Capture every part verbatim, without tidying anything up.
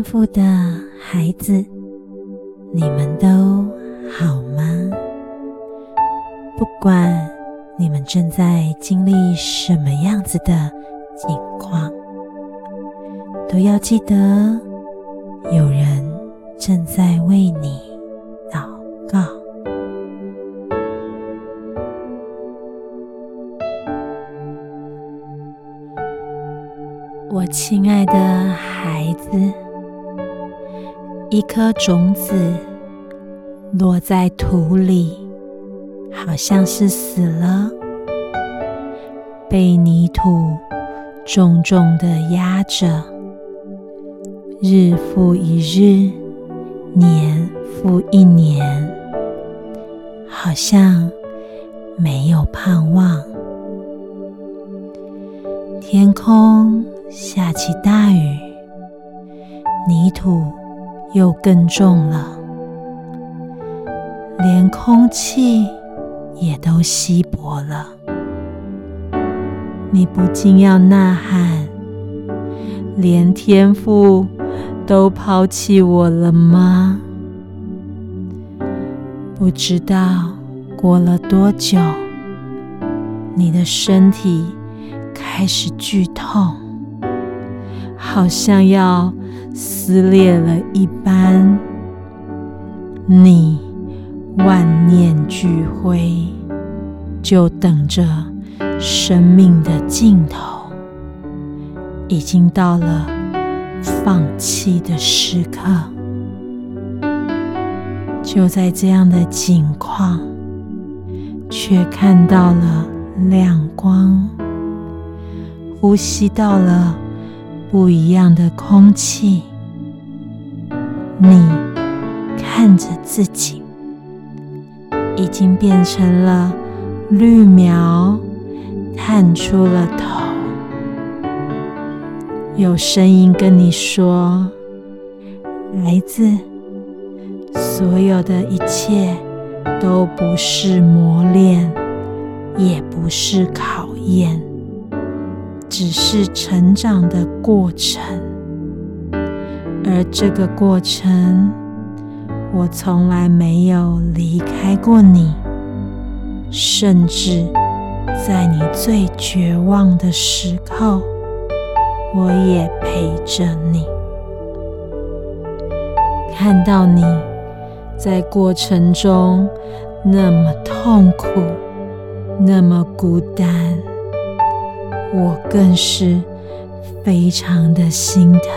父的孩子，你们都好吗？不管你们正在经历什么样子的境况，都要记得有人正在为你祷告。我亲爱的孩子，一颗种子落在土里，好像是死了，被泥土重重地压着，日复一日，年复一年，好像没有盼望。天空下起大雨，泥土又更重了，连空气也都稀薄了。你不禁要呐喊，连天父都抛弃我了吗？不知道过了多久，你的身体开始剧痛，好像要撕裂了一般。你万念俱灰，就等着生命的尽头，已经到了放弃的时刻。就在这样的境况，却看到了亮光，呼吸到了不一样的空气。你看着自己，已经变成了绿苗，探出了头。有声音跟你说，孩子，所有的一切都不是磨练，也不是考验，只是成长的过程。而这个过程，我从来没有离开过你，甚至在你最绝望的时候，我也陪着你。看到你在过程中那么痛苦，那么孤单，我更是非常的心疼。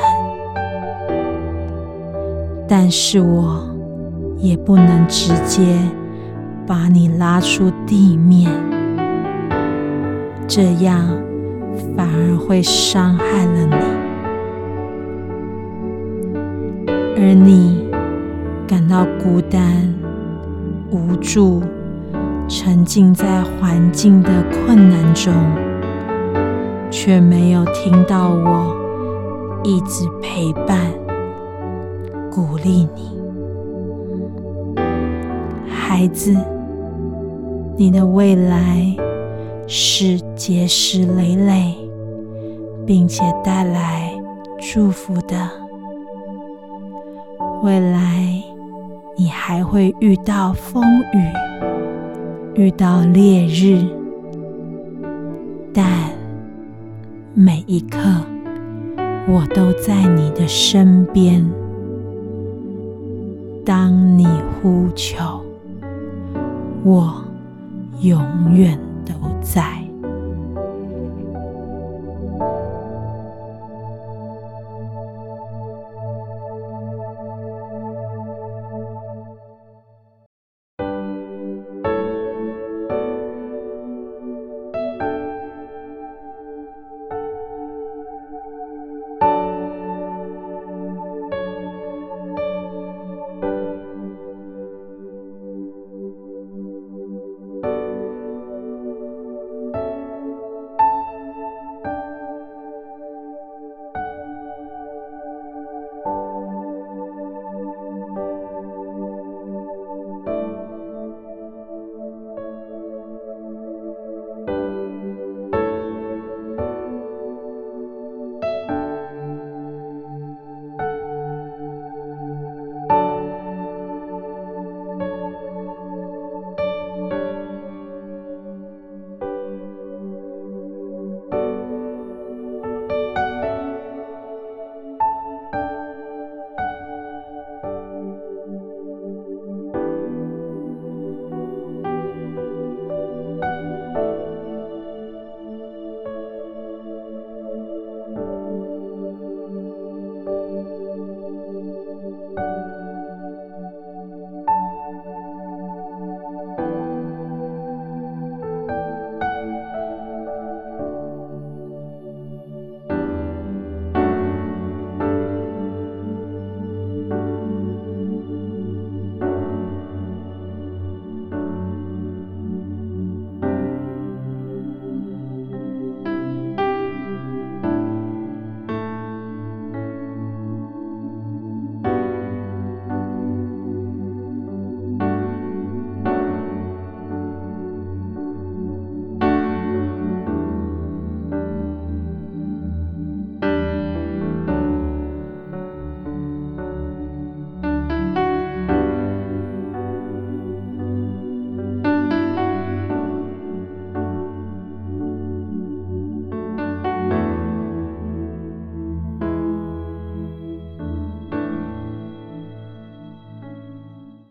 但是我也不能直接把你拉出地面，这样反而会伤害了你。而你感到孤单、无助，沉浸在环境的困难中，却没有听到我一直陪伴、鼓励你。孩子，你的未来是结实累累，并且带来祝福的。未来你还会遇到风雨，遇到烈日，但每一刻我都在你的身边。当你呼求，我永远都在。